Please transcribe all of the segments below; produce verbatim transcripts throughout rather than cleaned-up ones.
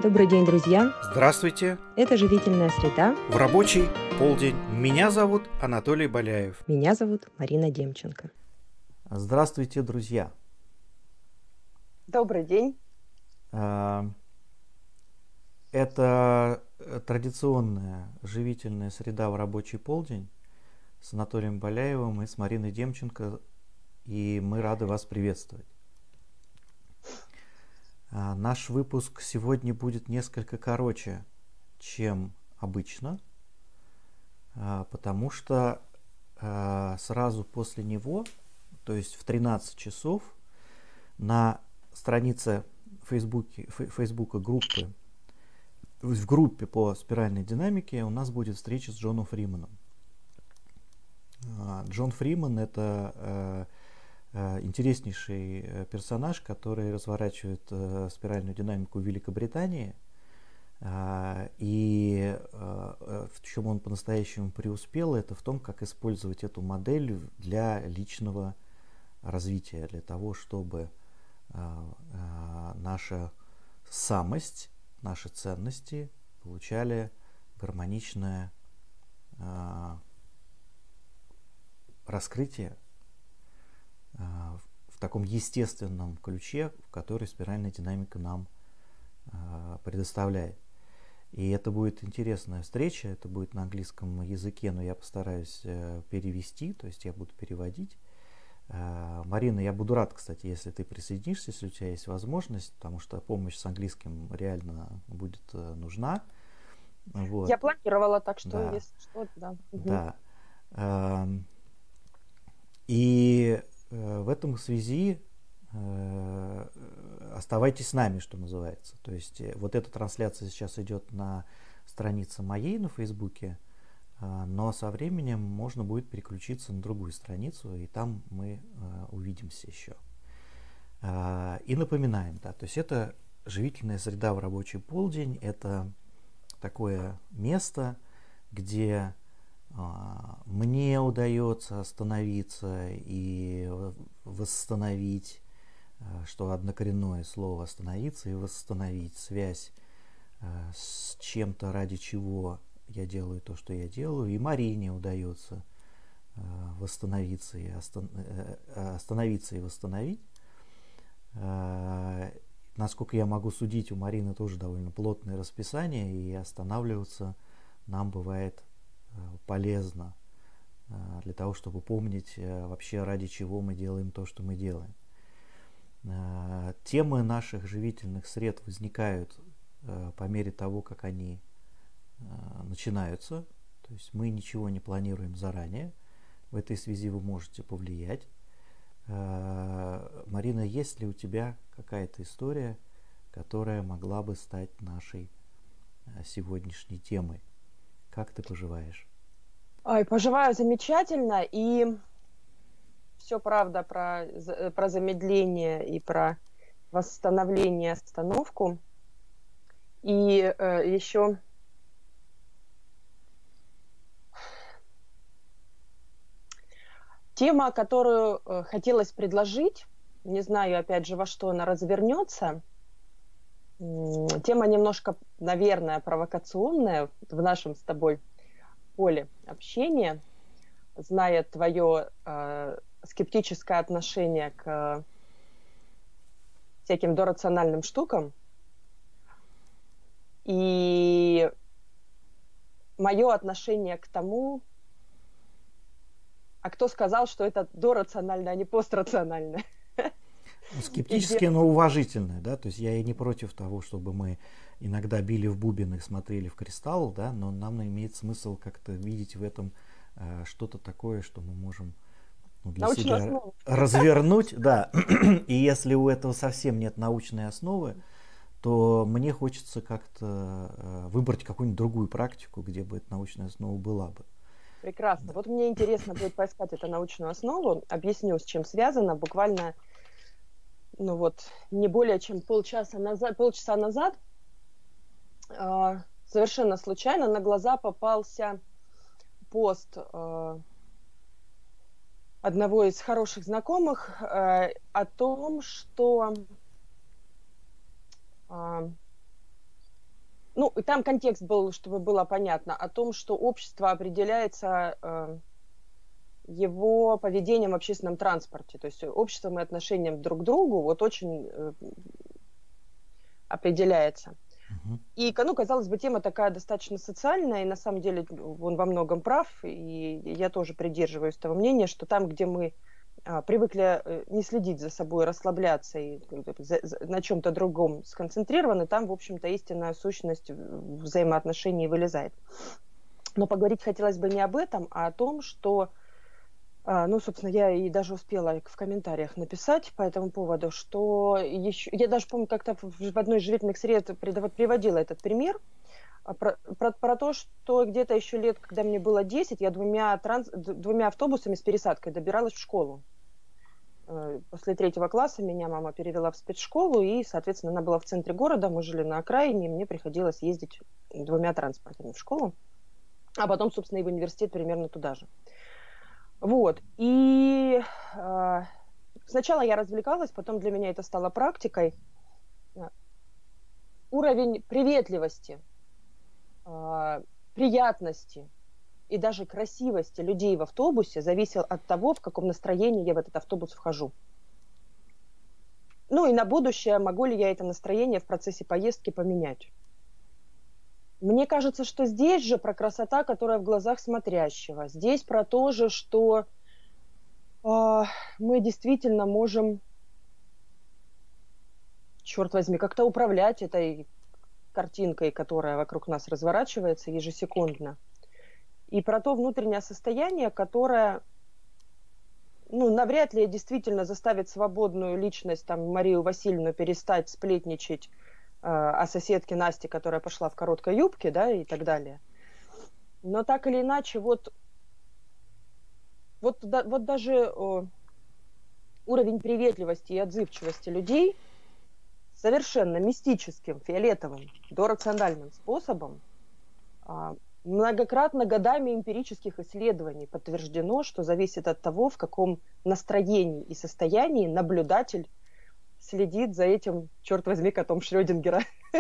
Добрый день, друзья! Здравствуйте! Это «Живительная среда» в рабочий полдень. Меня зовут Анатолий Боляев. Меня зовут Марина Демченко. Здравствуйте, друзья! Добрый день! Это традиционная живительная среда в рабочий полдень с Анатолием Боляевым и с Мариной Демченко, и мы рады вас приветствовать. Наш выпуск сегодня будет несколько короче, чем обычно, потому что сразу после него, то есть в тринадцать часов, на странице Фейсбуке, Фейсбука группы, в группе по спиральной динамике у нас будет встреча с Джоном Фриманом. Джон Фриман — это интереснейший персонаж, который разворачивает спиральную динамику в Великобритании. И в чем он по-настоящему преуспел, это в том, как использовать эту модель для личного развития, для того, чтобы наша самость, наши ценности получали гармоничное раскрытие в таком естественном ключе, в который спиральная динамика нам предоставляет. И это будет интересная встреча, это будет на английском языке, но я постараюсь перевести, то есть я буду переводить. Марина, я буду рад, кстати, если ты присоединишься, если у тебя есть возможность, потому что помощь с английским реально будет нужна. Вот. Я планировала, так что, да. если что, да. Да. И в этом связи оставайтесь с нами, что называется. То есть вот эта трансляция сейчас идет на странице моей на Фейсбуке, но со временем можно будет переключиться на другую страницу, и там мы увидимся еще. И напоминаем, да, то есть это живительная среда в рабочий полдень, это такое место, где мне удается остановиться и восстановить, что однокоренное слово «остановиться» и восстановить связь с чем-то, ради чего я делаю то, что я делаю, и Марине удается восстановиться и остановиться и восстановить. Насколько я могу судить, у Марины тоже довольно плотное расписание, и останавливаться нам бывает полезно для того, чтобы помнить вообще, ради чего мы делаем то, что мы делаем. Темы наших живительных сред возникают по мере того, как они начинаются. То есть мы ничего не планируем заранее. В этой связи вы можете повлиять. Марина, есть ли у тебя какая-то история, которая могла бы стать нашей сегодняшней темой? Как ты поживаешь? Ой, поживаю замечательно, и все правда про, про замедление и про восстановление, остановку. И э, еще тема, которую э, хотелось предложить, не знаю, опять же, во что она развернется. Тема немножко, наверное, провокационная в нашем с тобой поле общения, зная твое э, скептическое отношение к э, всяким дорациональным штукам. И мое отношение к тому, а кто сказал, что это дорационально, а не пострационально? Скептическое, но уважительное, да, то есть я и не против того, чтобы мы иногда били в бубен и смотрели в кристалл, да, но нам имеет смысл как-то видеть в этом э, что-то такое, что мы можем ну, для научную себя основу развернуть, да, и если у этого совсем нет научной основы, то мне хочется как-то э, выбрать какую-нибудь другую практику, где бы эта научная основа была бы. Прекрасно. Да. Вот мне интересно будет поискать эту научную основу. Объясню, с чем связано. Буквально, ну вот, не более чем полчаса назад, полчаса назад э, совершенно случайно на глаза попался пост э, одного из хороших знакомых э, о том, что э, Ну, и там контекст был, чтобы было понятно, о том, что общество определяется э, его поведением в общественном транспорте. То есть обществом и отношением друг к другу вот очень э, определяется. Мгм. И, ну, казалось бы, тема такая достаточно социальная, и на самом деле он во многом прав, и я тоже придерживаюсь того мнения, что там, где мы а, привыкли э, не следить за собой, расслабляться и э, за- за- на чем-то другом сконцентрированы, там, в общем-то, истинная сущность в- взаимоотношений вылезает. Но поговорить хотелось бы не об этом, а о том, что, а, ну, собственно, я и даже успела в комментариях написать по этому поводу, что еще, я даже помню, как-то в в одной из живительных сред придав- приводила этот пример, а, про, про- про то, что где-то еще лет, когда мне было десять, я двумя, транс, д- двумя автобусами с пересадкой добиралась в школу. Э, После третьего класса меня мама перевела в спецшколу, и, соответственно, она была в центре города, мы жили на окраине, и мне приходилось ездить двумя транспортами в школу, а потом, собственно, и в университет примерно туда же. Вот. И э, сначала я развлекалась, потом для меня это стало практикой. Э, Уровень приветливости, э, приятности и даже красивости людей в автобусе зависел от того, в каком настроении я в этот автобус вхожу. Ну и на будущее, могу ли я это настроение в процессе поездки поменять. Мне кажется, что здесь же про красота, которая в глазах смотрящего. Здесь про то же, что э, мы действительно можем, черт возьми, как-то управлять этой картинкой, которая вокруг нас разворачивается ежесекундно. И про то внутреннее состояние, которое, ну, навряд ли действительно заставит свободную личность, там, Марию Васильевну перестать сплетничать э, о соседке Насте, которая пошла в короткой юбке, да, и так далее. Но так или иначе, вот, вот, да, вот даже о, уровень приветливости и отзывчивости людей совершенно мистическим, фиолетовым, дорациональным способом а, многократно годами эмпирических исследований подтверждено, что зависит от того, в каком настроении и состоянии наблюдатель следит за этим, черт возьми, котом Шрёдингера.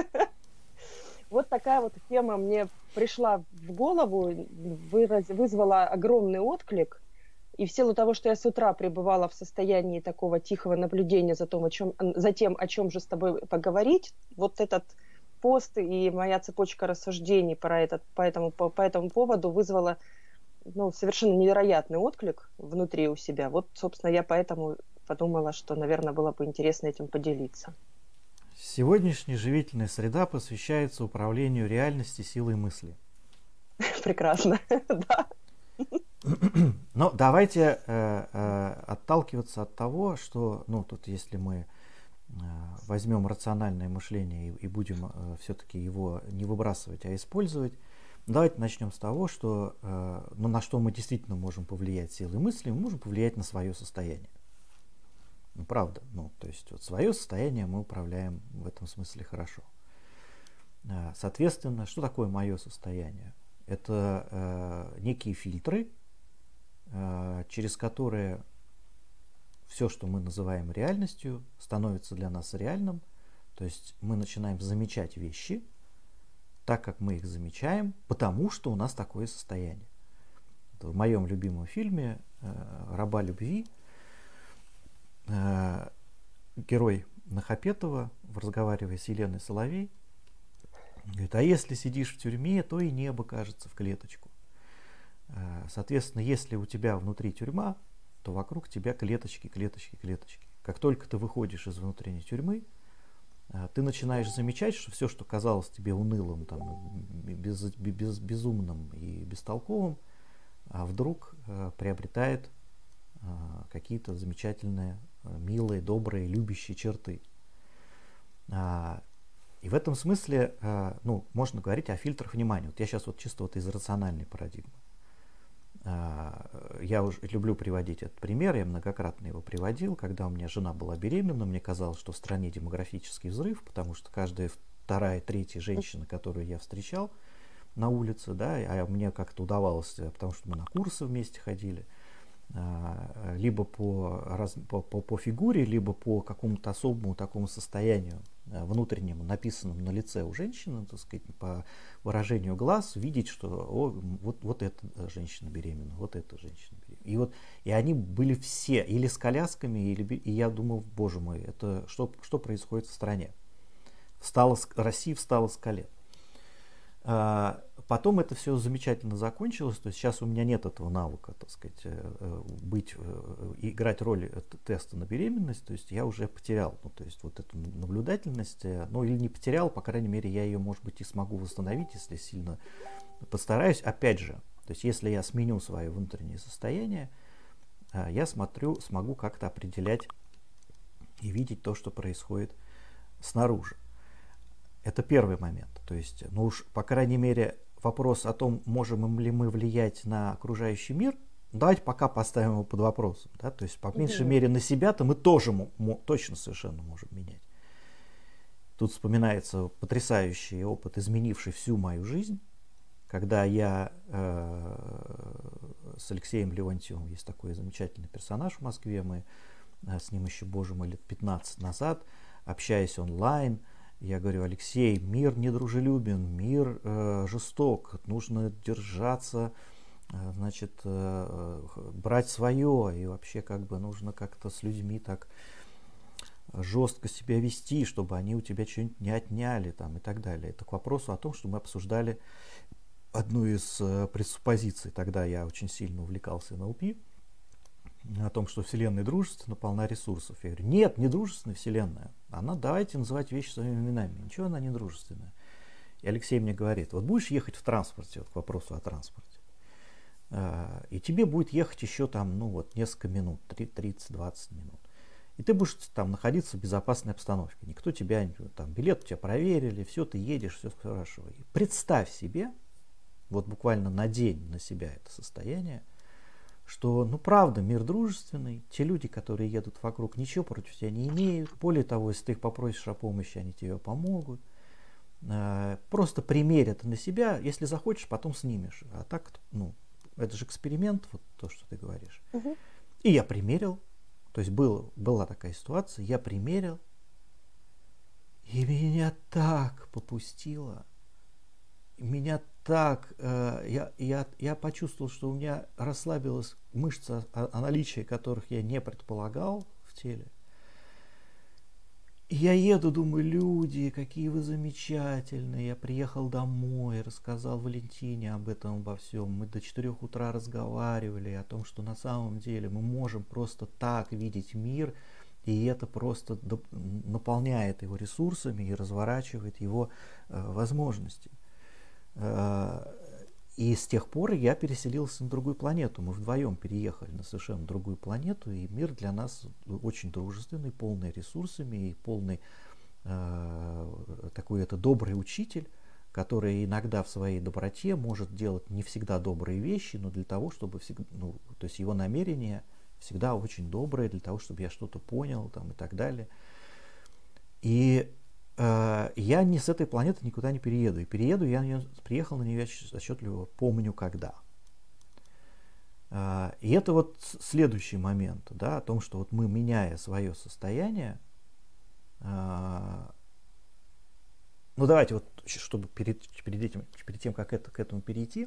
Вот такая вот тема мне пришла в голову, вызвала огромный отклик. И в силу того, что я с утра пребывала в состоянии такого тихого наблюдения за, том, о чем, за тем, о чем же с тобой поговорить, вот этот пост и моя цепочка рассуждений про этот, по, этому, по, по этому поводу вызвала, ну, совершенно невероятный отклик внутри у себя. Вот, собственно, я поэтому подумала, что, наверное, было бы интересно этим поделиться. Сегодняшняя живительная среда посвящается управлению реальностью силой мысли. Прекрасно, да. Но давайте э, э, отталкиваться от того, что, ну, тут если мы э, возьмем рациональное мышление и, и будем э, все-таки его не выбрасывать, а использовать, давайте начнем с того, что, э, ну, на что мы действительно можем повлиять силой мысли, мы можем повлиять на свое состояние. Ну, правда, ну, то есть вот свое состояние мы управляем в этом смысле хорошо. Э, соответственно, что такое мое состояние? Это э, некие фильтры, э, через которые все, что мы называем реальностью, становится для нас реальным. То есть мы начинаем замечать вещи так, как мы их замечаем, потому что у нас такое состояние. Это в моем любимом фильме э, «Раба любви» э, герой Нахапетова, разговаривая с Еленой Соловей, говорит: а если сидишь в тюрьме, то и небо кажется в клеточку. Соответственно, если у тебя внутри тюрьма, то вокруг тебя клеточки, клеточки, клеточки. Как только ты выходишь из внутренней тюрьмы, ты начинаешь замечать, что все, что казалось тебе унылым, там, без, без, безумным и бестолковым, вдруг приобретает какие-то замечательные, милые, добрые, любящие черты. И в этом смысле, ну, можно говорить о фильтрах внимания. Вот я сейчас вот чисто вот из рациональной парадигмы. Я уже люблю приводить этот пример, я многократно его приводил. Когда у меня жена была беременна, мне казалось, что в стране демографический взрыв, потому что каждая вторая, третья женщина, которую я встречал на улице, да, а мне как-то удавалось, потому что мы на курсы вместе ходили, либо по, раз, по, по, по фигуре, либо по какому-то особому такому состоянию внутреннему, написанному на лице у женщины, так сказать, по выражению глаз, видеть, что о, вот, вот эта женщина беременна, вот эта женщина беременна. И, вот, и они были все или с колясками, или, и я думал, боже мой, это что, что происходит в стране? Встала, Россия встала с колен. Потом это все замечательно закончилось, то есть сейчас у меня нет этого навыка, так сказать, быть, играть роль теста на беременность, то есть я уже потерял, ну, то есть вот эту наблюдательность, ну или не потерял, по крайней мере, я ее, может быть, и смогу восстановить, если сильно постараюсь. Опять же, то есть если я сменю свое внутреннее состояние, я смотрю, смогу как-то определять и видеть то, что происходит снаружи. Это первый момент. То есть, ну уж, по крайней мере, вопрос о том, можем ли мы влиять на окружающий мир, давайте пока поставим его под вопросом. Да? То есть, по меньшей мере, на себя-то мы тоже точно совершенно можем менять. Тут вспоминается потрясающий опыт, изменивший всю мою жизнь, когда я э, с Алексеем Леонтьевым, есть такой замечательный персонаж в Москве, мы э, с ним еще, боже мой, лет пятнадцать назад, общаясь онлайн, я говорю: Алексей, мир недружелюбен, мир э, жесток, нужно держаться, э, значит, э, брать свое, и вообще как бы нужно как-то с людьми так жестко себя вести, чтобы они у тебя что-нибудь не отняли там, и так далее. Это к вопросу о том, что мы обсуждали одну из э, пресуппозиций. Тогда я очень сильно увлекался эн эл пи, о том, что Вселенная дружественна, полна ресурсов. Я говорю: нет, не дружественная Вселенная. Она, давайте называть вещи своими именами. Ничего она не дружественная. И Алексей мне говорит: вот будешь ехать в транспорте, вот к вопросу о транспорте, э, и тебе будет ехать еще там, ну вот, несколько минут, тридцать-двадцать минут. И ты будешь там находиться в безопасной обстановке. Никто тебя, там, билет у тебя проверили, все, ты едешь, все хорошо. И представь себе, вот буквально надень на себя это состояние, что, ну, правда, мир дружественный, те люди, которые едут вокруг, ничего против тебя не имеют. Более того, если ты их попросишь о помощи, они тебе помогут. Просто примерь это на себя, если захочешь, потом снимешь. А так, ну, это же эксперимент, вот то, что ты говоришь. Угу. И я примерил, то есть был, была такая ситуация, я примерил, и меня так попустило. Меня так, э, я, я, я почувствовал, что у меня расслабилась мышца, о, о наличии которых я не предполагал в теле. И я еду, думаю: люди, какие вы замечательные. Я приехал домой, рассказал Валентине об этом, обо всем. Мы до четырех утра разговаривали о том, что на самом деле мы можем просто так видеть мир, и это просто доп- наполняет его ресурсами и разворачивает его э, возможности. И с тех пор я переселился на другую планету. Мы вдвоем переехали на совершенно другую планету, и мир для нас очень дружественный, полный ресурсами и полный э, такой это добрый учитель, который иногда в своей доброте может делать не всегда добрые вещи, но для того, чтобы всегда, ну, то есть его намерение всегда очень доброе, для того, чтобы я что-то понял там, и так далее. И я не с этой планеты никуда не перееду. И перееду я на нее, приехал на нее отчетливо, помню когда. И это вот следующий момент, да, о том, что вот мы, меняя свое состояние, ну давайте вот, чтобы перед, перед, этим, перед тем, как это, к этому перейти,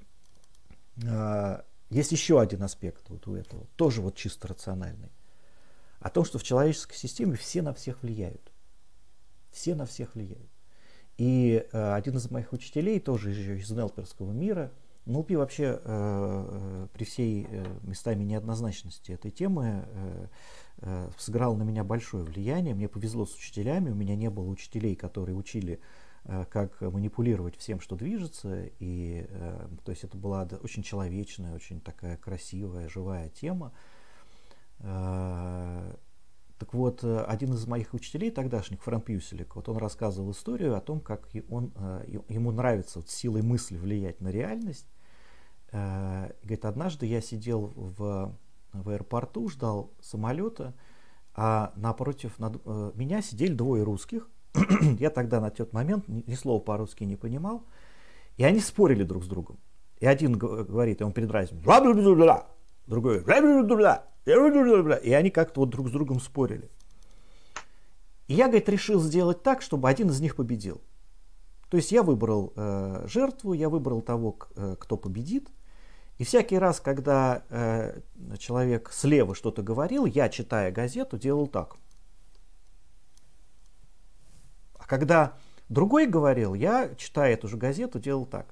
есть еще один аспект вот у этого, тоже вот чисто рациональный, о том, что в человеческой системе все на всех влияют. Все на всех влияют. И э, один из моих учителей, тоже из НЛПерского мира, эн эл пи вообще э, при всей э, местами неоднозначности этой темы э, э, сыграл на меня большое влияние. Мне повезло с учителями, у меня не было учителей, которые учили, э, как манипулировать всем, что движется. И, э, то есть это была очень человечная, очень такая красивая, живая тема. Э, Так вот, один из моих учителей тогдашних, Фрэнк Пьюселик, вот он рассказывал историю о том, как он, ему нравится вот силой мысли влиять на реальность. Говорит, однажды я сидел в, в аэропорту, ждал самолета, а напротив над, меня сидели двое русских. Я тогда на тот момент ни слова по-русски не понимал. И они спорили друг с другом. И один говорит, и он передразнивает, другой, и они как-то вот друг с другом спорили. И я, говорит, решил сделать так, чтобы один из них победил. То есть я выбрал э, жертву, я выбрал того, э, кто победит. И всякий раз, когда э, человек слева что-то говорил, я, читая газету, делал так. А когда другой говорил, я, читая эту же газету, делал так.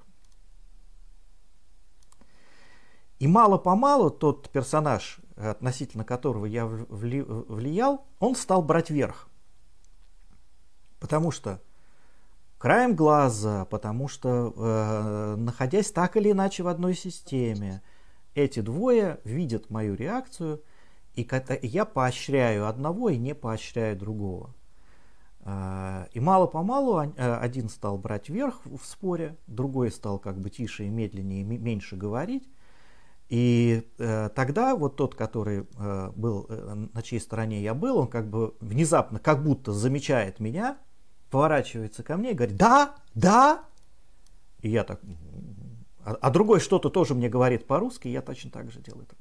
И мало-помалу тот персонаж, относительно которого я вли, влиял, он стал брать верх. Потому что краем глаза, потому что, э, находясь так или иначе в одной системе, эти двое видят мою реакцию, и я поощряю одного и не поощряю другого. Э, и мало-помалу один стал брать верх в споре, другой стал как бы тише и медленнее, меньше говорить. И э, тогда вот тот, который э, был, э, на чьей стороне я был, он как бы внезапно, как будто замечает меня, поворачивается ко мне и говорит: да, да. И я так... А, а другой что-то тоже мне говорит по-русски, и я точно так же делаю.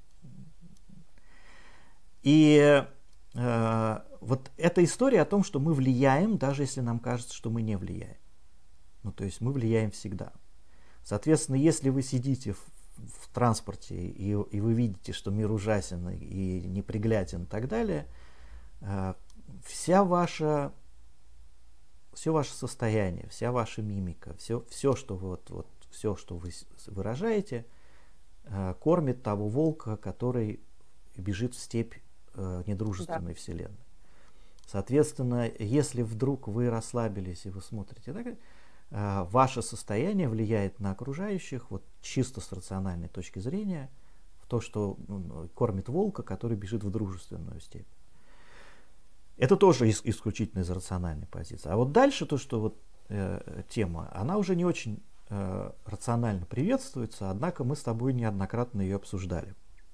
И э, вот эта история о том, что мы влияем, даже если нам кажется, что мы не влияем. Ну, то есть мы влияем всегда. Соответственно, если вы сидите в, в транспорте, и, и вы видите, что мир ужасен и непригляден и так далее, э, вся ваша... все ваше состояние, вся ваша мимика, все, все, что, вот, вот, все, что вы выражаете, э, кормит того волка, который бежит в степь э, недружественной да. вселенной. Соответственно, если вдруг вы расслабились и вы смотрите, так, э, ваше состояние влияет на окружающих вот, чисто с рациональной точки зрения, в то, что ну, кормит волка, который бежит в дружественную степь. Это тоже исключительно из рациональной позиции. А вот дальше то, что вот э, тема, она уже не очень э, рационально приветствуется, однако мы с тобой неоднократно ее обсуждали.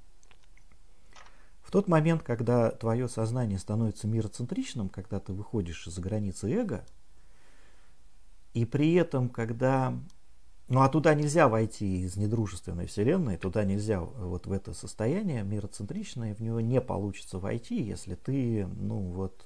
В тот момент, когда твое сознание становится мироцентричным, когда ты выходишь из-за границы эго, и при этом, когда... Ну а туда нельзя войти из недружественной вселенной, туда нельзя вот в это состояние мироцентричное, в него не получится войти, если ты, ну вот,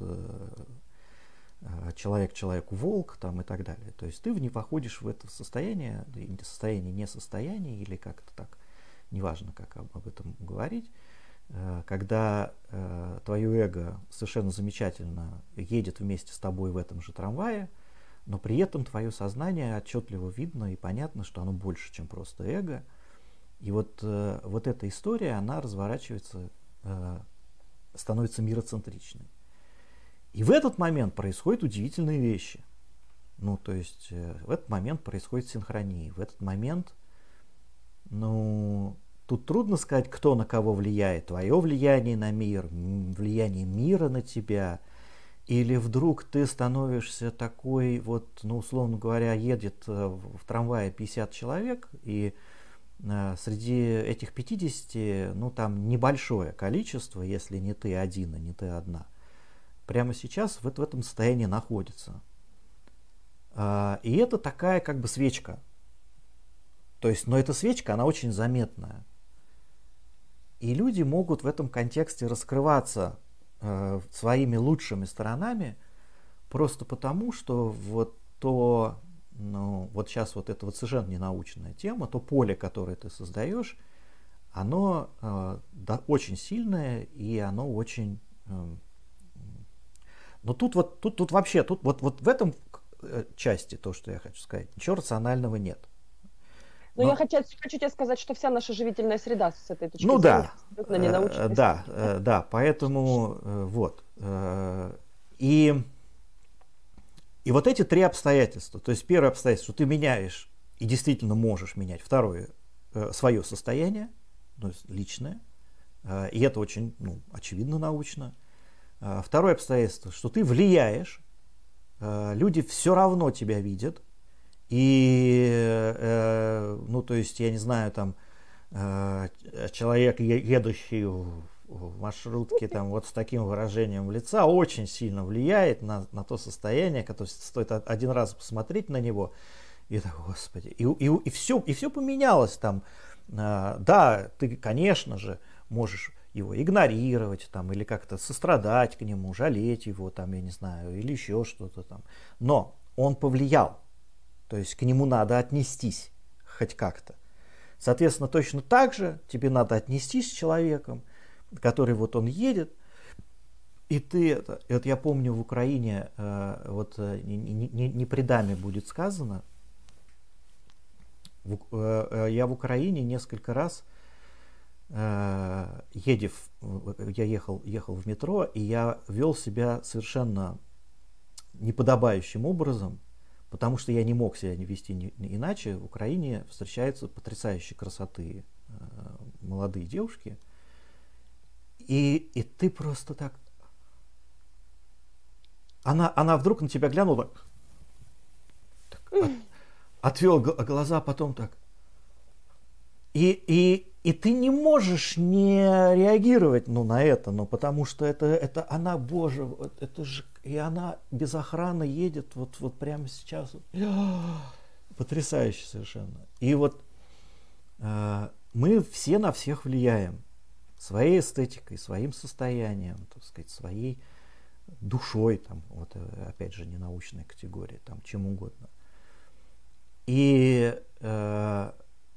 человек человеку волк там и так далее. То есть ты в не походишь в это состояние, состояние несостояния или как-то так, неважно, как об, об этом говорить, когда э, твое эго совершенно замечательно едет вместе с тобой в этом же трамвае, но при этом твое сознание отчетливо видно и понятно, что оно больше, чем просто эго. И вот, э, вот эта история, она разворачивается, э, становится мироцентричной. И в этот момент происходят удивительные вещи. Ну, то есть э, в этот момент происходит синхрония. В этот момент, ну, тут трудно сказать, кто на кого влияет. Твое влияние на мир, влияние мира на тебя. Или вдруг ты становишься такой, вот, ну, условно говоря, едет в трамвае пятьдесят человек, и э, среди этих пятидесяти, ну, там небольшое количество, если не ты один, а не ты одна, прямо сейчас в, в этом состоянии находится. Э, и это такая, как бы, свечка. То есть, но эта свечка, она очень заметная. И люди могут в этом контексте раскрываться своими лучшими сторонами, просто потому, что вот то, ну, вот сейчас вот это вот совершенно ненаучная тема, то поле, которое ты создаешь, оно э, да, очень сильное, и оно очень... Э, но тут вот, тут, тут вообще, тут вот, вот в этом части, то, что я хочу сказать, ничего рационального нет. Но, Но я хочу, хочу тебе сказать, что вся наша живительная среда с этой точки ну, зрения да, абсолютно ненаучная. Да, да, да, поэтому вот. И, и вот эти три обстоятельства. То есть первое обстоятельство, что ты меняешь и действительно можешь менять. Второе, свое состояние, то есть личное. И это очень, ну, очевидно научно. Второе обстоятельство, что ты влияешь. Люди все равно тебя видят. И, э, ну, то есть, я не знаю, там, э, человек, едущий в, в маршрутке, там, вот с таким выражением лица, очень сильно влияет на, на то состояние, которое стоит один раз посмотреть на него, и так, господи, и, и, и, все, и все поменялось там. Э, да, ты, конечно же, можешь его игнорировать там, или как-то сострадать к нему, жалеть его, там, я не знаю, или еще что-то там. Но он повлиял, то есть к нему надо отнестись хоть как-то. Соответственно, точно так же тебе надо отнестись с человеком, который вот он едет, и ты это... И вот я помню в Украине, э, вот э, не, не, не при даме будет сказано, в, э, я в Украине несколько раз э, едев, я ехал, ехал в метро, и я вел себя совершенно неподобающим образом, потому что я не мог себя вести не, не иначе. В Украине встречаются потрясающей красоты э, молодые девушки, и, и ты просто так... Она, она вдруг на тебя глянула, так, от, отвел глаза, потом так. И, и, и ты не можешь не реагировать ну, на это, ну, потому что это, это она, боже, вот это же, и она без охраны едет вот, вот прямо сейчас. Потрясающе совершенно. И вот э, мы все на всех влияем своей эстетикой, своим состоянием, так сказать, своей душой, там, вот опять же, не научная категория, там, чем угодно. И э,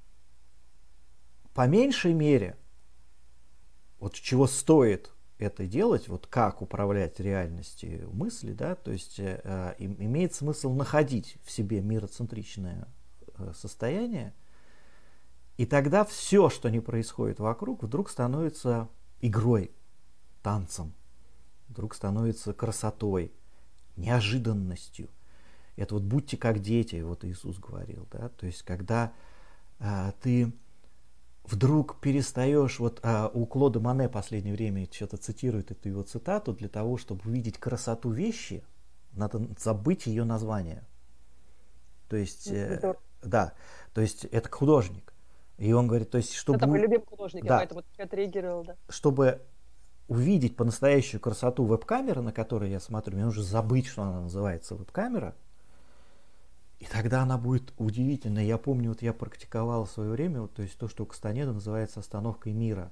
по меньшей мере, вот чего стоит это делать, вот как управлять реальностью мысли, да, то есть э, имеет смысл находить в себе мироцентричное э, состояние, и тогда все, что не происходит вокруг, вдруг становится игрой, танцем, вдруг становится красотой, неожиданностью. Это вот будьте как дети, вот Иисус говорил, да, то есть когда а, ты вдруг перестаешь, вот а, у Клода Моне в последнее время что-то цитирует эту его цитату, для того, чтобы увидеть красоту вещи, надо забыть ее название. То есть, э, да, то есть это художник. И он говорит, то есть, чтобы... Это мой любимый художник, да, я поэтому отреагировал, да. Чтобы увидеть по-настоящую красоту веб-камеры, на которой я смотрю, мне нужно забыть, что она называется веб-камера, и тогда она будет удивительной. Я помню, вот я практиковал в свое время, вот, то есть то, что у Кастанеды называется остановкой мира.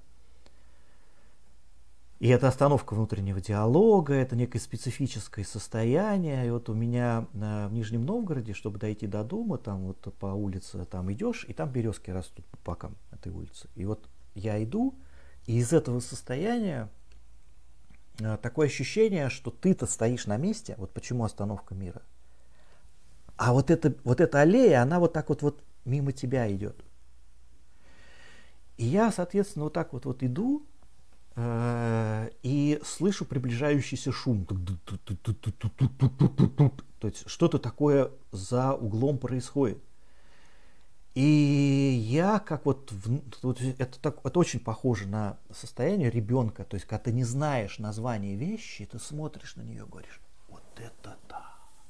И это остановка внутреннего диалога, это некое специфическое состояние. И вот у меня в Нижнем Новгороде, чтобы дойти до дома, там вот по улице там идешь, и там березки растут по бокам этой улицы. И вот я иду, и из этого состояния такое ощущение, что ты-то стоишь на месте, вот почему остановка мира. А вот эта, вот эта аллея, она вот так вот, вот мимо тебя идет. И я, соответственно, вот так вот, вот иду э, и слышу приближающийся шум. То есть что-то такое за углом происходит. И я как вот, вот это, так, это очень похоже на состояние ребенка, то есть когда ты не знаешь название вещи, ты смотришь на нее и говоришь, вот это да.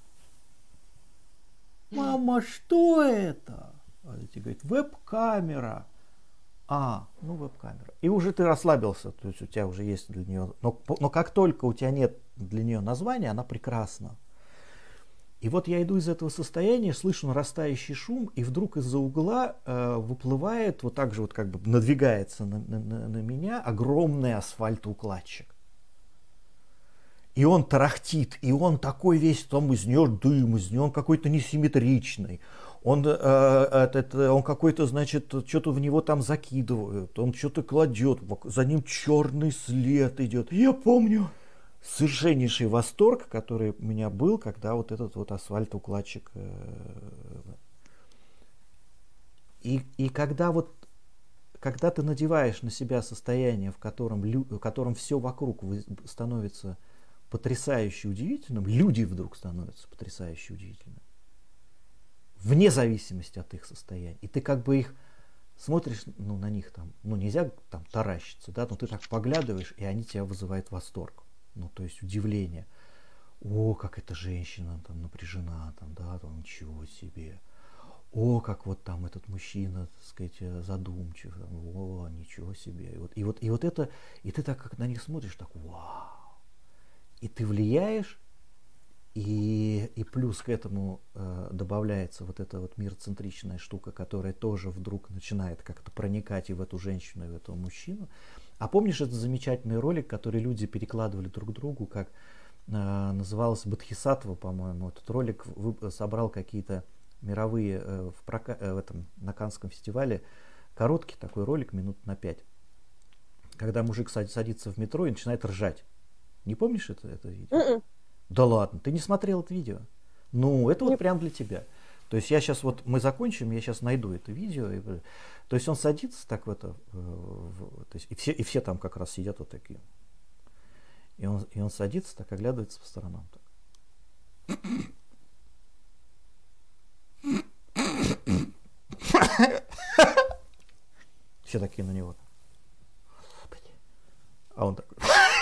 Мама, что это? А тебе говорит, веб-камера. А, ну веб-камера. И уже ты расслабился, то есть у тебя уже есть для нее, но, но как только у тебя нет для нее названия, она прекрасна. И вот я иду из этого состояния, слышу нарастающий шум, и вдруг из-за угла э, выплывает, вот так же вот как бы надвигается на, на, на меня огромный асфальтоукладчик. И он тарахтит, и он такой весь, там из него дым, из него он какой-то несимметричный. Он, э, этот, он какой-то, значит, что-то в него там закидывают, он что-то кладет, за ним черный след идет. Я помню совершеннейший восторг, который у меня был, когда вот этот вот асфальтоукладчик. И, и когда вот, когда ты надеваешь на себя состояние, в котором, в котором все вокруг становится потрясающе удивительным, люди вдруг становятся потрясающе удивительными, вне зависимости от их состояния. И ты как бы их смотришь, ну, на них там, ну, нельзя там таращиться, да, но ты так поглядываешь, и они тебя вызывают восторг. Ну, то есть удивление. О, как эта женщина там напряжена, там, да, там, ничего себе. О, как вот там этот мужчина, так сказать, задумчив. О, ничего себе. И вот, и вот, и вот это, и ты так как на них смотришь, так, вау. И ты влияешь, и, и плюс к этому э, добавляется вот эта вот мироцентричная штука, которая тоже вдруг начинает как-то проникать и в эту женщину, и в этого мужчину. А помнишь этот замечательный ролик, который люди перекладывали друг другу, как э, назывался Бодхисаттва, по-моему. Этот ролик вы, собрал какие-то мировые э, в, прока... э, в этом, на Каннском фестивале. Короткий такой ролик, минут на пять. Когда мужик садится в метро и начинает ржать. Не помнишь это, это видео? Mm-mm. Да ладно, ты не смотрел это видео? Ну, это Не... вот прям для тебя. То есть я сейчас вот, мы закончим, я сейчас найду это видео. И, то есть он садится так в это, в, то есть и все, и все там как раз сидят вот такие. И он, и он садится, так оглядывается по сторонам. Так. Все такие на него. А он такой.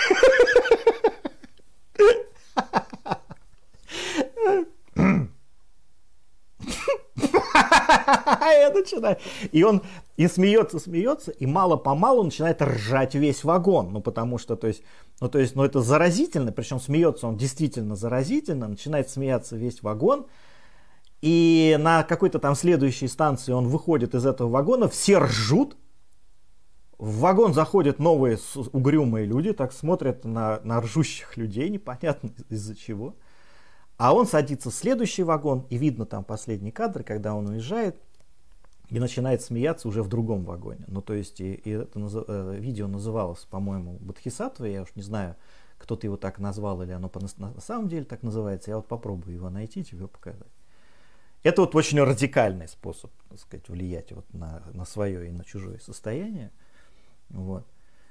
Я начинаю. И он и смеется, смеется, и мало-помалу начинает ржать весь вагон. Ну, потому что, то есть, ну, то есть, ну, это заразительно, причем смеется он действительно заразительно, начинает смеяться весь вагон. И на какой-то там следующей станции он выходит из этого вагона, все ржут. В вагон заходят новые угрюмые люди, так смотрят на, на ржущих людей, непонятно из-за чего. А он садится в следующий вагон, и видно там последний кадр, когда он уезжает, и начинает смеяться уже в другом вагоне. Ну, то есть, и, и это э, видео называлось, по-моему, Бодхисаттва, я уж не знаю, кто-то его так назвал, или оно на, на самом деле так называется, я вот попробую его найти, тебе показать. Это вот очень радикальный способ, так сказать, влиять вот на, на свое и на чужое состояние. Вот.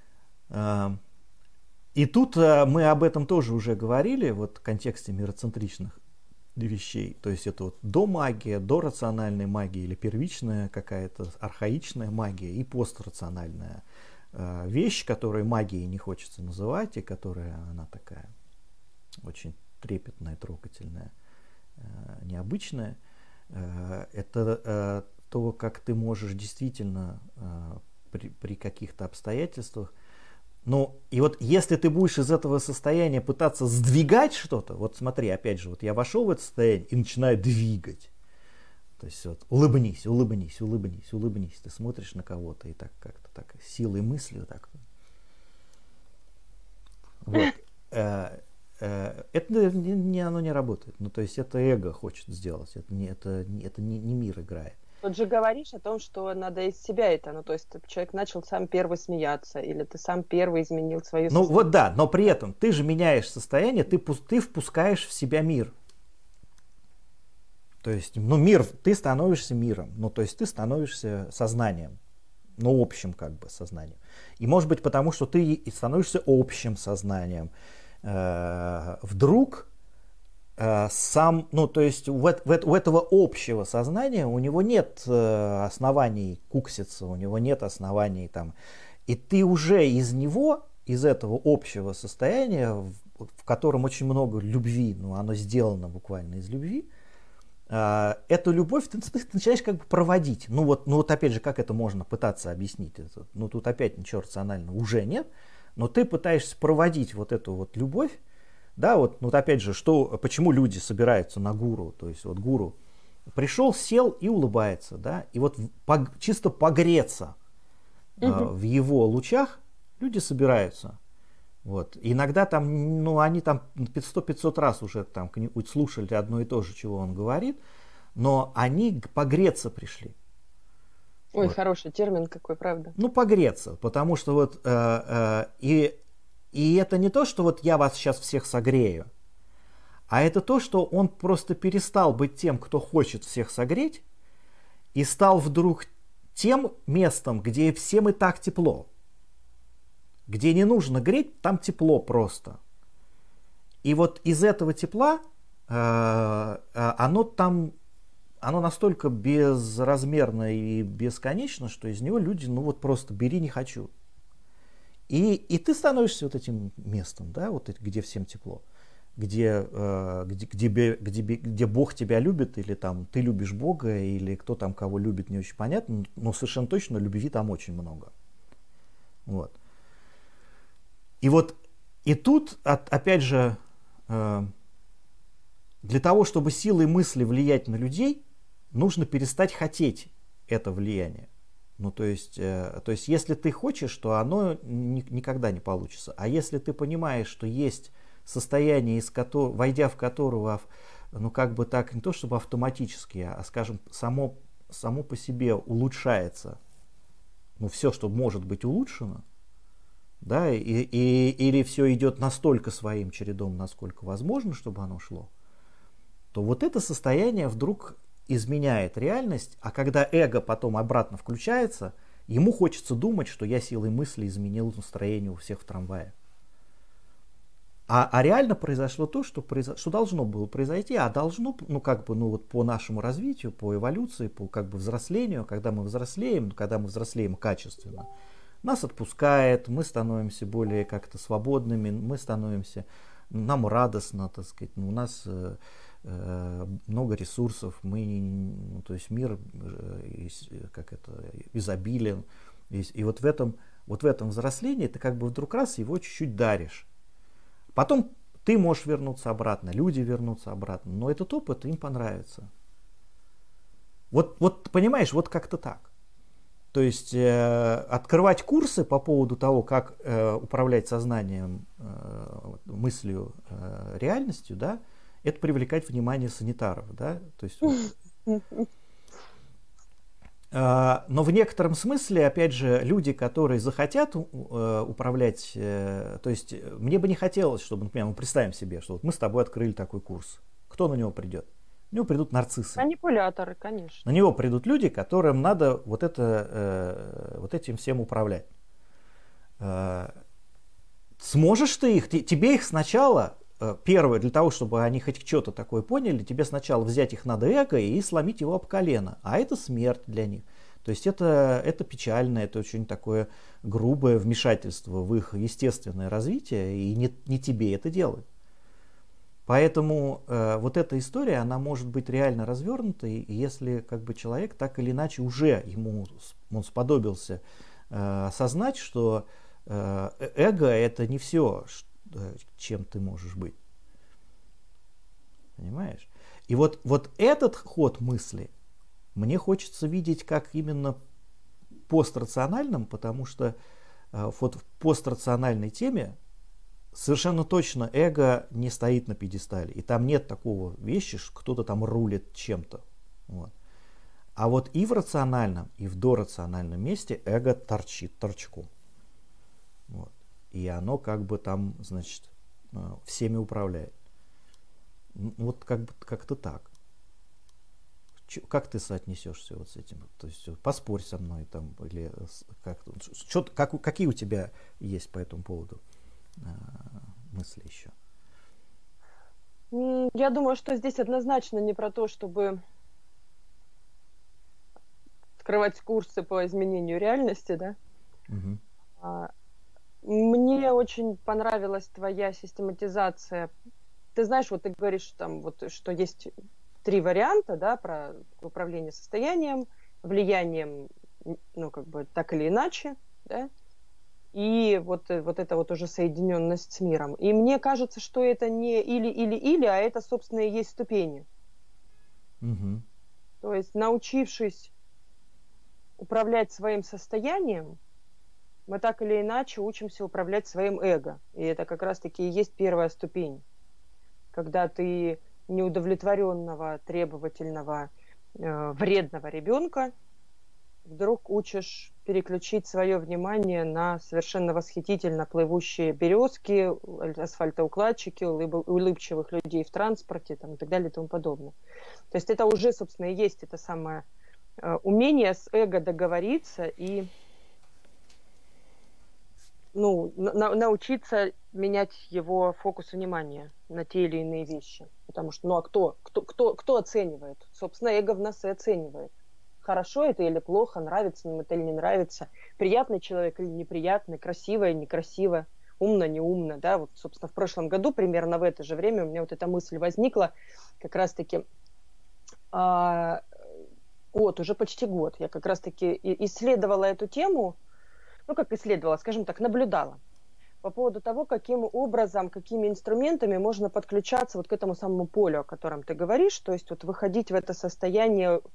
И тут мы об этом тоже уже говорили, вот в контексте мироцентричных вещей. То есть это вот домагия, дорациональная магия или первичная какая-то архаичная магия и пострациональная вещь, которую магией не хочется называть, и которая она такая очень трепетная, трогательная, необычная. Это то, как ты можешь действительно при, при каких-то обстоятельствах. Ну, и вот если ты будешь из этого состояния пытаться сдвигать что-то, вот смотри, опять же, вот я вошел в это состояние и начинаю двигать. То есть вот улыбнись, улыбнись, улыбнись, улыбнись. Ты смотришь на кого-то и так как-то так силой мысли вот так. Вот. Это не, оно не работает. Ну, то есть это эго хочет сделать. Это не, это, это не, не мир играет. Тут же говоришь о том, что надо из себя это, ну то есть человек начал сам первый смеяться, или ты сам первый изменил свою состояние. Ну вот да, но при этом ты же меняешь состояние, ты, ты впускаешь в себя мир. То есть, ну мир, ты становишься миром, ну то есть ты становишься сознанием, ну общим как бы сознанием. И может быть потому, что ты становишься общим сознанием, э, вдруг... сам, ну, то есть у, у этого общего сознания у него нет э, оснований кукситься, у него нет оснований там, и ты уже из него, из этого общего состояния, в, в котором очень много любви, ну, оно сделано буквально из любви, э, эту любовь ты, ты начинаешь как бы проводить. Ну вот, ну вот опять же, как это можно пытаться объяснить? Это, ну тут опять ничего рационального уже нет, но ты пытаешься проводить вот эту вот любовь. Да, вот, вот опять же, что, почему люди собираются на гуру, то есть вот гуру пришел, сел и улыбается, да, и вот по, чисто погреться угу. э, в его лучах люди собираются, вот, иногда там, ну, они там сто-пятьсот раз уже там слушали одно и то же, чего он говорит, но они погреться пришли. Ой, вот. Хороший термин какой, правда. Ну, погреться, потому что вот, э, э, и И это не то, что вот я вас сейчас всех согрею, а это то, что он просто перестал быть тем, кто хочет всех согреть, и стал вдруг тем местом, где всем и так тепло. Где не нужно греть, там тепло просто. И вот из этого тепла э, оно там, оно настолько безразмерно и бесконечно, что из него люди, ну вот просто бери, не хочу. И, и ты становишься вот этим местом, да, вот где всем тепло, где, э, где, где, где, где Бог тебя любит, или там ты любишь Бога, или кто там кого любит, не очень понятно, но совершенно точно любви там очень много. Вот. И вот, и тут, от, опять же, э, для того, чтобы силой мысли влиять на людей, нужно перестать хотеть это влияние. Ну, то есть, э, то есть, если ты хочешь, то оно ни, никогда не получится. А если ты понимаешь, что есть состояние, из которого, войдя в которого, ну, как бы так, не то чтобы автоматически, а, скажем, само, само по себе улучшается, ну, все, что может быть улучшено, да, и, и, или все идет настолько своим чередом, насколько возможно, чтобы оно шло, то вот это состояние вдруг изменяет реальность, а когда эго потом обратно включается, ему хочется думать, что я силой мысли изменил настроение у всех в трамвае. А, а реально произошло то, что, произошло, что должно было произойти, а должно, ну как бы, ну вот по нашему развитию, по эволюции, по как бы взрослению, когда мы взрослеем, когда мы взрослеем качественно, нас отпускает, мы становимся более как-то свободными, мы становимся, нам радостно, так сказать, у нас э, э, много ресурсов, мы, ну, то есть мир э, как это, изобилен, и, и вот в этом, вот в этом взрослении ты как бы вдруг раз его чуть-чуть даришь. Потом ты можешь вернуться обратно, люди вернутся обратно, но этот опыт им понравится. Вот, вот понимаешь, вот как-то так. То есть э, открывать курсы по поводу того, как э, управлять сознанием, э, мыслью, э, реальностью, да, это привлекать внимание санитаров, да, то есть. Вот, но в некотором смысле, опять же, люди, которые захотят э, управлять, э, то есть мне бы не хотелось, чтобы, например, мы представим себе, что вот мы с тобой открыли такой курс. Кто на него придет? На него придут нарциссы. Манипуляторы, конечно. На него придут люди, которым надо вот, это, э, вот этим всем управлять. Э, сможешь ты их? Тебе их сначала, э, первое, для того, чтобы они хоть что-то такое поняли, тебе сначала взять их надо эго и сломить его об колено. А это смерть для них. То есть это, это печально, это очень такое грубое вмешательство в их естественное развитие, и не, не тебе это делать. Поэтому э, вот эта история, она может быть реально развернутой, если как бы человек так или иначе уже ему он сподобился э, осознать, что э, эго это не все, чем ты можешь быть. Понимаешь? И вот, вот этот ход мысли мне хочется видеть как именно пострациональным, потому что э, вот в пострациональной теме совершенно точно эго не стоит на пьедестале. И там нет такого вещи, что кто-то там рулит чем-то. Вот. А вот и в рациональном, и в дорациональном месте эго торчит торчком. Вот. И оно как бы там, значит, всеми управляет. Вот как бы как-то так. Как ты соотнесешься вот с этим? То есть поспорь со мной там, или как, что, как, какие у тебя есть по этому поводу мысли еще? Я думаю, что здесь однозначно не про то, чтобы открывать курсы по изменению реальности, да? Угу. Мне очень понравилась твоя систематизация. Ты знаешь, вот ты говоришь там, вот, что есть три варианта, да, про управление состоянием, влиянием, ну, как бы так или иначе, да, и вот, вот это вот уже соединенность с миром. И мне кажется, что это не или-или-или, а это, собственно, и есть ступени. Угу. То есть, научившись управлять своим состоянием, мы так или иначе учимся управлять своим эго. И это как раз-таки и есть первая ступень. Когда ты неудовлетворенного, требовательного, э, вредного ребенка вдруг учишь переключить свое внимание на совершенно восхитительно плывущие березки, асфальтоукладчики, улыбчивых людей в транспорте там, и так далее и тому подобное. То есть это уже, собственно, и есть это самое э, умение с эго договориться и ну, на, научиться менять его фокус внимания на те или иные вещи. Потому что, ну а кто, кто, кто, кто оценивает? Собственно, эго в нас и оценивает. Хорошо это или плохо, нравится нам это или не нравится, приятный человек или неприятный, красиво или некрасиво, умно, не умно. Да? Вот, собственно, в прошлом году, примерно в это же время, у меня вот эта мысль возникла, как раз-таки а, год, уже почти год, я как раз-таки исследовала эту тему, ну, как исследовала, скажем так, наблюдала по поводу того, каким образом, какими инструментами можно подключаться вот к этому самому полю, о котором ты говоришь, то есть вот выходить в это состояние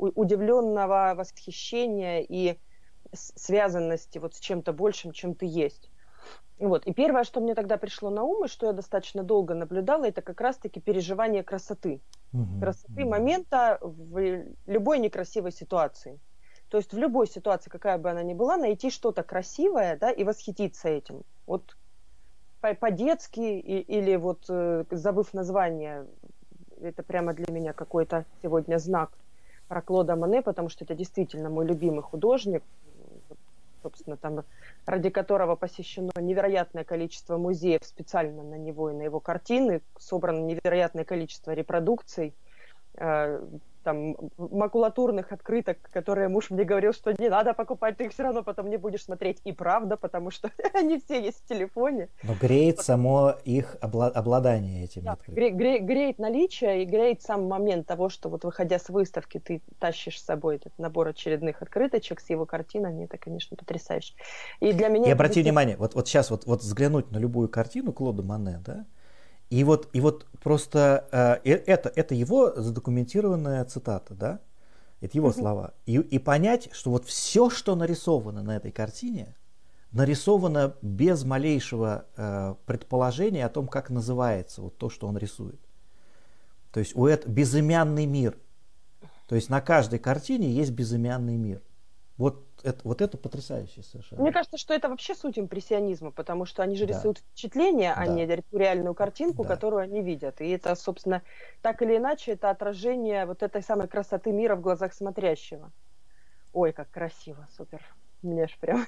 удивленного восхищения и связанности вот с чем-то большим, чем ты есть. Вот. И первое, что мне тогда пришло на ум, и что я достаточно долго наблюдала, это как раз-таки переживание красоты. Угу. Красоты момента в любой некрасивой ситуации. То есть в любой ситуации, какая бы она ни была, найти что-то красивое, да, и восхититься этим. Вот по-детски или вот забыв название, это прямо для меня какой-то сегодня знак про Клода Моне, потому что это действительно мой любимый художник, собственно, там, ради которого посещено невероятное количество музеев специально на него и на его картины, собрано невероятное количество репродукций, э, там, макулатурных открыток, которые муж мне говорил, что не надо покупать, ты их все равно потом не будешь смотреть. И правда, потому что они все есть в телефоне. Но греет вот. Само их обла- обладание этими да, открытками. Гре- гре- греет наличие и греет сам момент того, что вот выходя с выставки, ты тащишь с собой этот набор очередных открыточек с его картинами. Это, конечно, потрясающе. И для меня... И обрати это... внимание, вот, вот сейчас вот, вот взглянуть на любую картину Клода Моне, да, И вот, и вот просто э, это, это его задокументированная цитата, да? Это его uh-huh. слова. И, и понять, что вот все, что нарисовано на этой картине, нарисовано без малейшего э, предположения о том, как называется вот то, что он рисует. То есть у этого безымянный мир. То есть на каждой картине есть безымянный мир. Вот это, вот это потрясающе совершенно. Мне кажется, что это вообще суть импрессионизма, потому что они же да. рисуют впечатление, а да. не реальную картинку, да. которую они видят. И это, собственно, так или иначе, это отражение вот этой самой красоты мира в глазах смотрящего. Ой, как красиво, супер. Мне ж прям...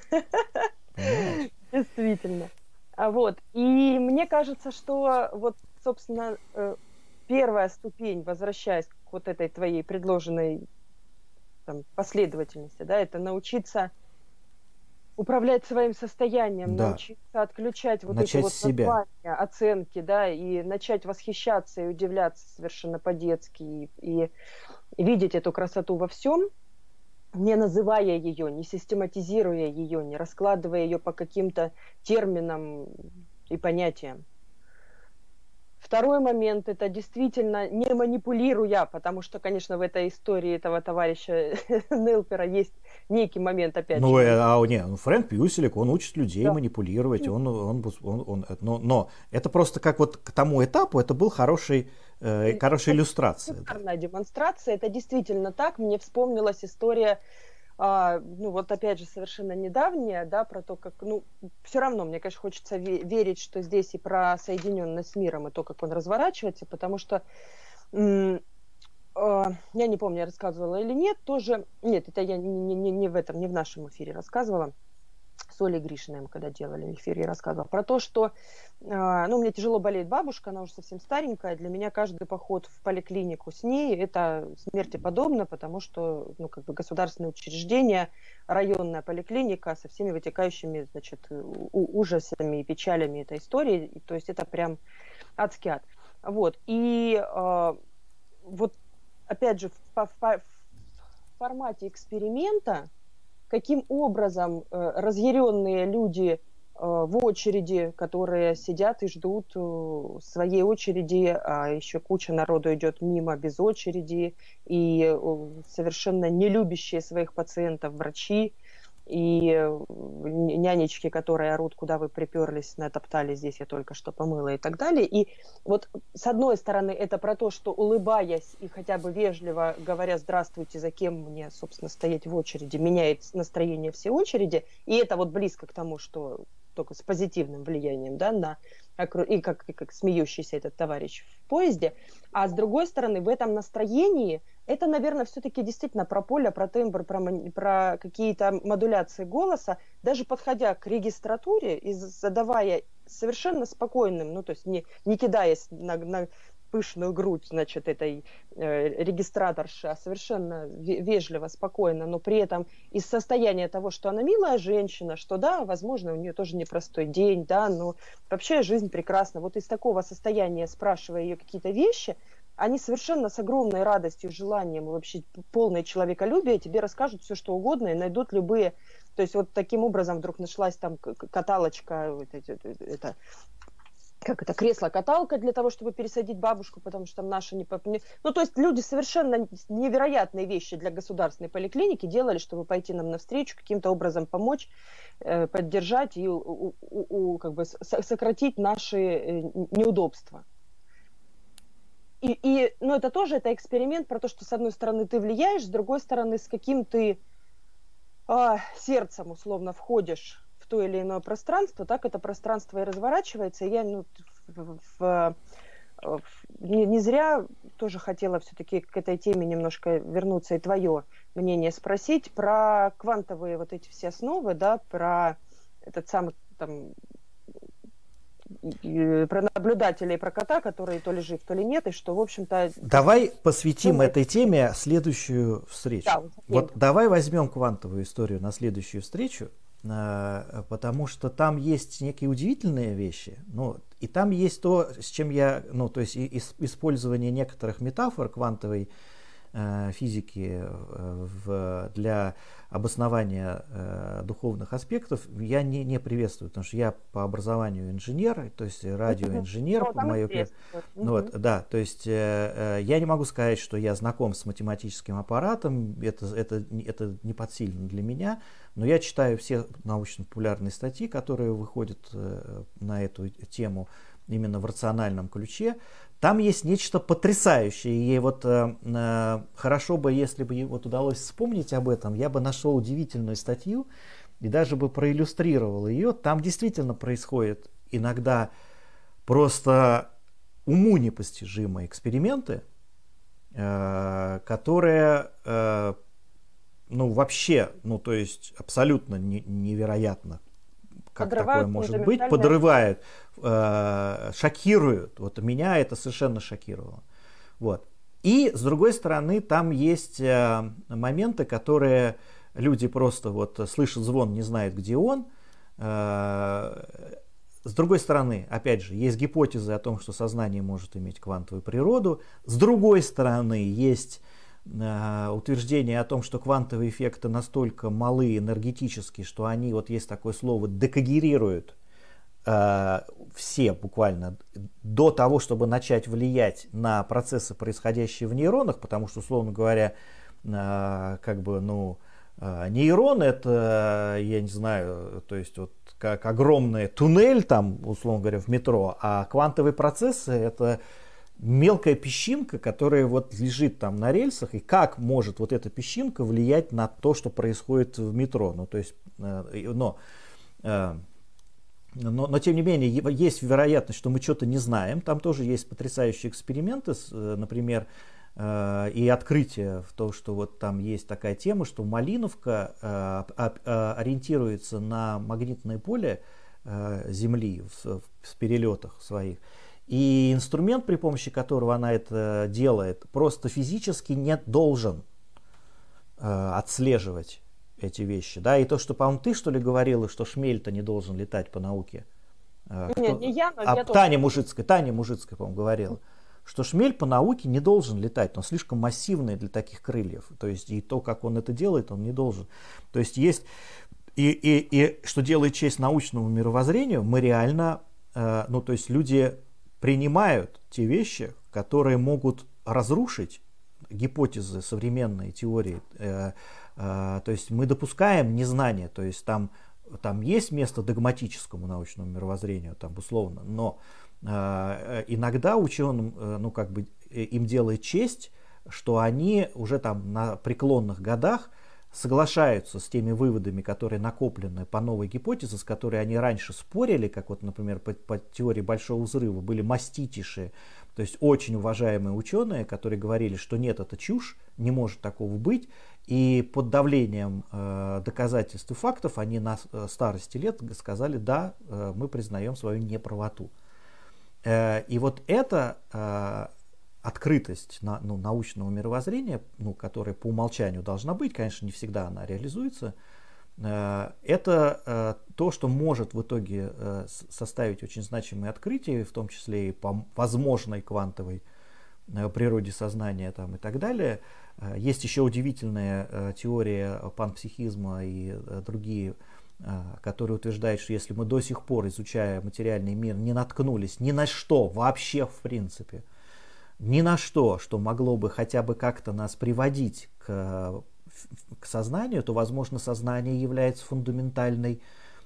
Действительно. А вот. И мне кажется, что вот, собственно, первая ступень, возвращаясь к вот этой твоей предложенной там, последовательности, да, это научиться управлять своим состоянием, да. научиться отключать вот начать эти вот себя. названия, оценки, да, и начать восхищаться и удивляться совершенно по-детски, и, и, и видеть эту красоту во всем, не называя ее, не систематизируя ее, не раскладывая ее по каким-то терминам и понятиям. Второй момент – это действительно не манипулируя, потому что, конечно, в этой истории этого товарища Нелпера есть некий момент, опять ну, же. А, не, ну, Фрэнк Пьюселик, он учит людей да. манипулировать, он, он, он, он, но, но это просто как вот к тому этапу, это был хороший, э, хорошая иллюстрация. Да. Демонстрация, это действительно так. Мне вспомнилась история, а, ну вот опять же совершенно недавняя, да, про то, как, ну, все равно мне, конечно, хочется верить, что здесь и про соединенность с миром, и то, как он разворачивается, потому что м- э, я не помню, я рассказывала или нет, тоже, нет, это я не, не, не в этом, не в нашем эфире рассказывала, с Олей Гришиной мы когда делали эфир, я рассказывала про то, что, э, ну, у меня тяжело болеет бабушка, она уже совсем старенькая, для меня каждый поход в поликлинику с ней, это смерти подобно, потому что, ну, как бы государственное учреждение, районная поликлиника со всеми вытекающими, значит, у- ужасами и печалями этой истории, и, то есть это прям адский ад. Вот, и э, вот, опять же, в, в, в формате эксперимента, каким образом э, разъяренные люди э, в очереди, которые сидят и ждут э, своей очереди, а еще куча народу идет мимо без очереди, и э, совершенно не любящие своих пациентов врачи, и э, нянечки, которые орут, куда вы приперлись, натоптали, здесь я только что помыла и так далее. И вот с одной стороны это про то, что улыбаясь и хотя бы вежливо говоря «здравствуйте, за кем мне, собственно, стоять в очереди», меняет настроение всей очереди, и это вот близко к тому, что только с позитивным влиянием, да, на и как, и как смеющийся этот товарищ в поезде. А с другой стороны, в этом настроении это, наверное, все-таки действительно про поле, про тембр, про, про какие-то модуляции голоса, даже подходя к регистратуре и задавая совершенно спокойным, ну, то есть не, не кидаясь на, на пышную грудь, значит, этой э, регистраторши, а совершенно вежливо, спокойно, но при этом из состояния того, что она милая женщина, что да, возможно, у нее тоже непростой день, да, но вообще жизнь прекрасна. Вот из такого состояния, спрашивая ее какие-то вещи, они совершенно с огромной радостью, желанием, вообще полное человеколюбие тебе расскажут все, что угодно и найдут любые... То есть вот таким образом вдруг нашлась там каталочка, это, это, это как это, кресло-каталка для того, чтобы пересадить бабушку, потому что там наши не... Ну, то есть люди совершенно невероятные вещи для государственной поликлиники делали, чтобы пойти нам навстречу, каким-то образом помочь, поддержать и у, у, у, как бы сократить наши неудобства. И, и, ну, это тоже это эксперимент про то, что с одной стороны ты влияешь, с другой стороны, с каким ты а, сердцем условно входишь в то или иное пространство, так это пространство и разворачивается. И я ну, в, в, в, не, не зря тоже хотела все-таки к этой теме немножко вернуться и твое мнение спросить про квантовые вот эти все основы, да, про этот самый там, про наблюдателя и про кота, который то ли жив, то ли нет, и что, в общем-то... Давай посвятим ну, этой теме следующую встречу. Да, вот давай возьмем квантовую историю на следующую встречу, потому что там есть некие удивительные вещи, ну, и там есть то, с чем я, ну, то есть использование некоторых метафор квантовой э, физики э, в, для обоснования э, духовных аспектов я не, не приветствую, потому что я по образованию инженер, то есть радиоинженер, mm-hmm. мое, mm-hmm. вот, да, то есть э, я не могу сказать, что я знаком с математическим аппаратом, это, это, это не подсильно для меня, но я читаю все научно-популярные статьи, которые выходят э, на эту тему именно в рациональном ключе. Там есть нечто потрясающее, и вот э, э, хорошо бы, если бы вот удалось вспомнить об этом, я бы нашел удивительную статью и даже бы проиллюстрировал ее. Там действительно происходят иногда просто уму непостижимые эксперименты, э, которые, э, ну вообще, ну то есть абсолютно не, невероятно, как такое может быть, подрывают, э, шокируют. Вот меня это совершенно шокировало. Вот. И, с другой стороны, там есть э, моменты, которые люди просто вот слышат звон, не знают, где он. Э, с другой стороны, опять же, есть гипотезы о том, что сознание может иметь квантовую природу. С другой стороны, есть утверждение о том, что квантовые эффекты настолько малы энергетически, что они, вот есть такое слово, декогерируют э, все буквально до того, чтобы начать влиять на процессы, происходящие в нейронах, потому что, условно говоря, э, как бы, ну, э, нейрон это, я не знаю, то есть вот как огромный туннель там, условно говоря, в метро, а квантовые процессы это мелкая песчинка, которая вот лежит там на рельсах, и как может вот эта песчинка влиять на то, что происходит в метро. Ну, то есть, э, но, э, но, но тем не менее, есть вероятность, что мы что-то не знаем. Там тоже есть потрясающие эксперименты, например, э, и открытие в том, что вот там есть такая тема, что Малиновка э, э, ориентируется на магнитное поле э, Земли в, в перелетах своих. И инструмент, при помощи которого она это делает, просто физически не должен э, отслеживать эти вещи. Да? И то, что, по-моему, ты, что ли, говорила, что Шмель-то не должен летать по науке. Э, Нет, кто... не я, но а я Таня тоже. Мужицкая, Таня Мужицкая, по-моему, говорила, что Шмель по науке не должен летать, он слишком массивный для таких крыльев. То есть и то, как он это делает, он не должен. То есть есть... И, и, и что делает честь научному мировоззрению, мы реально... Э, ну, то есть люди... принимают те вещи, которые могут разрушить гипотезы современной теории. Э, э, то есть мы допускаем незнание, то есть там, там есть место догматическому научному мировоззрению, там, условно, но э, иногда ученым, э, ну, как бы, им делает честь, что они уже там на преклонных годах соглашаются с теми выводами, которые накоплены по новой гипотезе, с которой они раньше спорили, как вот, например, по, по теории Большого взрыва были маститиши, то есть очень уважаемые ученые, которые говорили, что нет, это чушь, не может такого быть, и под давлением э, доказательств и фактов они на старости лет сказали, да, э, мы признаем свою неправоту. Э, и вот это... Э, открытость на, ну, научного мировоззрения, ну, которая по умолчанию должна быть, конечно, не всегда она реализуется, э, это э, то, что может в итоге э, составить очень значимые открытия, в том числе и по возможной квантовой э, природе сознания там, и так далее. Э, есть еще удивительная э, теория панпсихизма и э, другие который утверждает, что если мы до сих пор, изучая материальный мир, не наткнулись ни на что вообще в принципе, ни на что, что могло бы хотя бы как-то нас приводить к, к сознанию, то, возможно, сознание является фундаментальной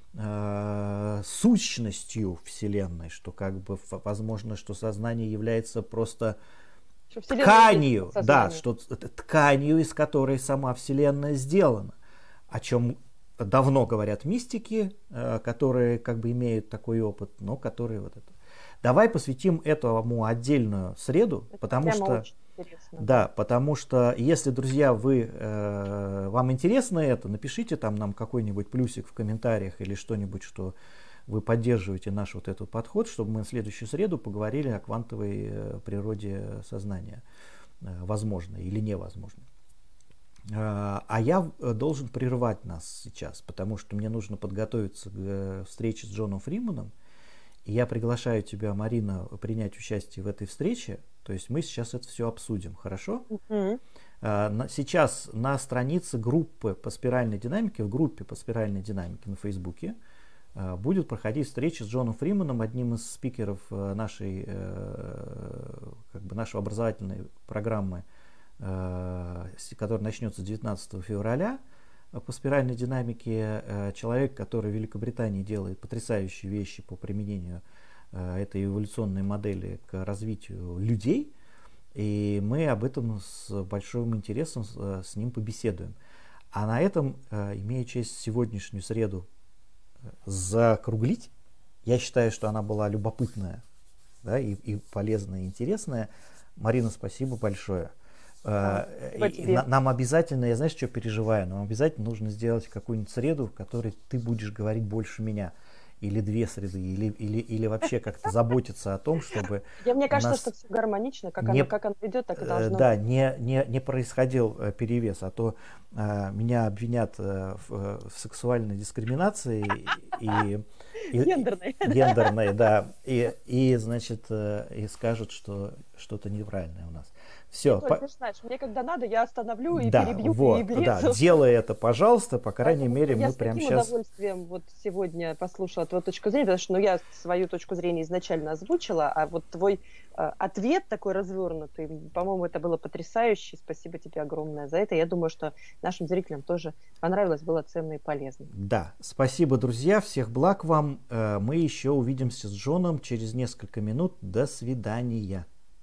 э, сущностью Вселенной, что как бы возможно, что сознание является просто тканью, да, что тканью, из которой сама Вселенная сделана, о чем давно говорят мистики, э, которые как бы имеют такой опыт, но которые вот это. Давай посвятим этому отдельную среду, это потому что, да, потому что если, друзья, вы, э, вам интересно это, напишите там нам какой-нибудь плюсик в комментариях или что-нибудь, что вы поддерживаете наш вот этот подход, чтобы мы в следующую среду поговорили о квантовой э, природе сознания, э, возможно или невозможно. Э, а я должен прервать нас сейчас, потому что мне нужно подготовиться к э, встрече с Джоном Фриманом. И я приглашаю тебя, Марина, принять участие в этой встрече. То есть мы сейчас это все обсудим, хорошо? Mm-hmm. Сейчас на странице группы по спиральной динамике, в группе по спиральной динамике на Фейсбуке будет проходить встреча с Джоном Фриманом, одним из спикеров нашей, как бы нашей образовательной программы, которая начнется девятнадцатого февраля. По спиральной динамике человек, который в Великобритании делает потрясающие вещи по применению этой эволюционной модели к развитию людей. И мы об этом с большим интересом с ним побеседуем. А на этом, имея честь сегодняшнюю среду закруглить, я считаю, что она была любопытная, да, и, и полезная, и интересная. Марина, спасибо большое. Да, и нам обязательно, я знаешь, что переживаю, нам обязательно нужно сделать какую-нибудь среду, в которой ты будешь говорить больше меня. Или две среды, или, или, или вообще как-то заботиться о том, чтобы... Я, мне кажется, что все гармонично, как, не, оно, как оно идет, так и должно да, быть. Не, не, не происходил перевес, а то а, меня обвинят а, в, в сексуальной дискриминации и... и гендерной. Гендерной, да. И, и, значит, и скажут, что что-то неправильное у нас. Все. Толь, ты знаешь, мне когда надо, я остановлю и да, перебью, вот, и грецу. Да, делай это, пожалуйста, по крайней Поэтому мере, мы прямо сейчас... Я с удовольствием вот сегодня послушала твою точку зрения, потому что ну, я свою точку зрения изначально озвучила, а вот твой э, ответ такой развернутый, по-моему, это было потрясающе. Спасибо тебе огромное за это. Я думаю, что нашим зрителям тоже понравилось, было ценно и полезно. Да, спасибо, друзья, всех благ вам. Мы еще увидимся с Джоном через несколько минут. До свидания.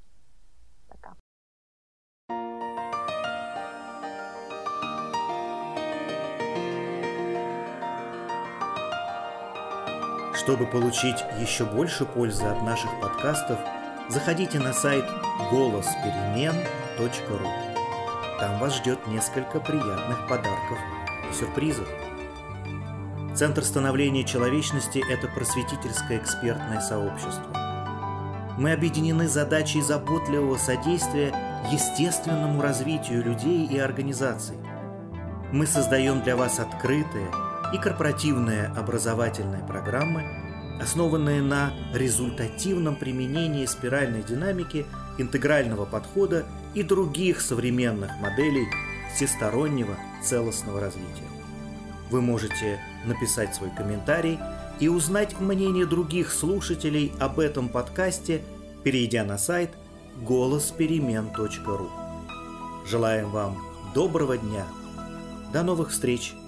Чтобы получить еще больше пользы от наших подкастов, заходите на сайт голос перемен точка ру. Там вас ждет несколько приятных подарков и сюрпризов. Центр становления человечности – это просветительское экспертное сообщество. Мы объединены задачей заботливого содействия естественному развитию людей и организаций. Мы создаем для вас открытые и корпоративные образовательные программы, основанные на результативном применении спиральной динамики, интегрального подхода и других современных моделей всестороннего целостного развития. Вы можете написать свой комментарий и узнать мнение других слушателей об этом подкасте, перейдя на сайт голос перемен точка ру. Желаем вам доброго дня. До новых встреч!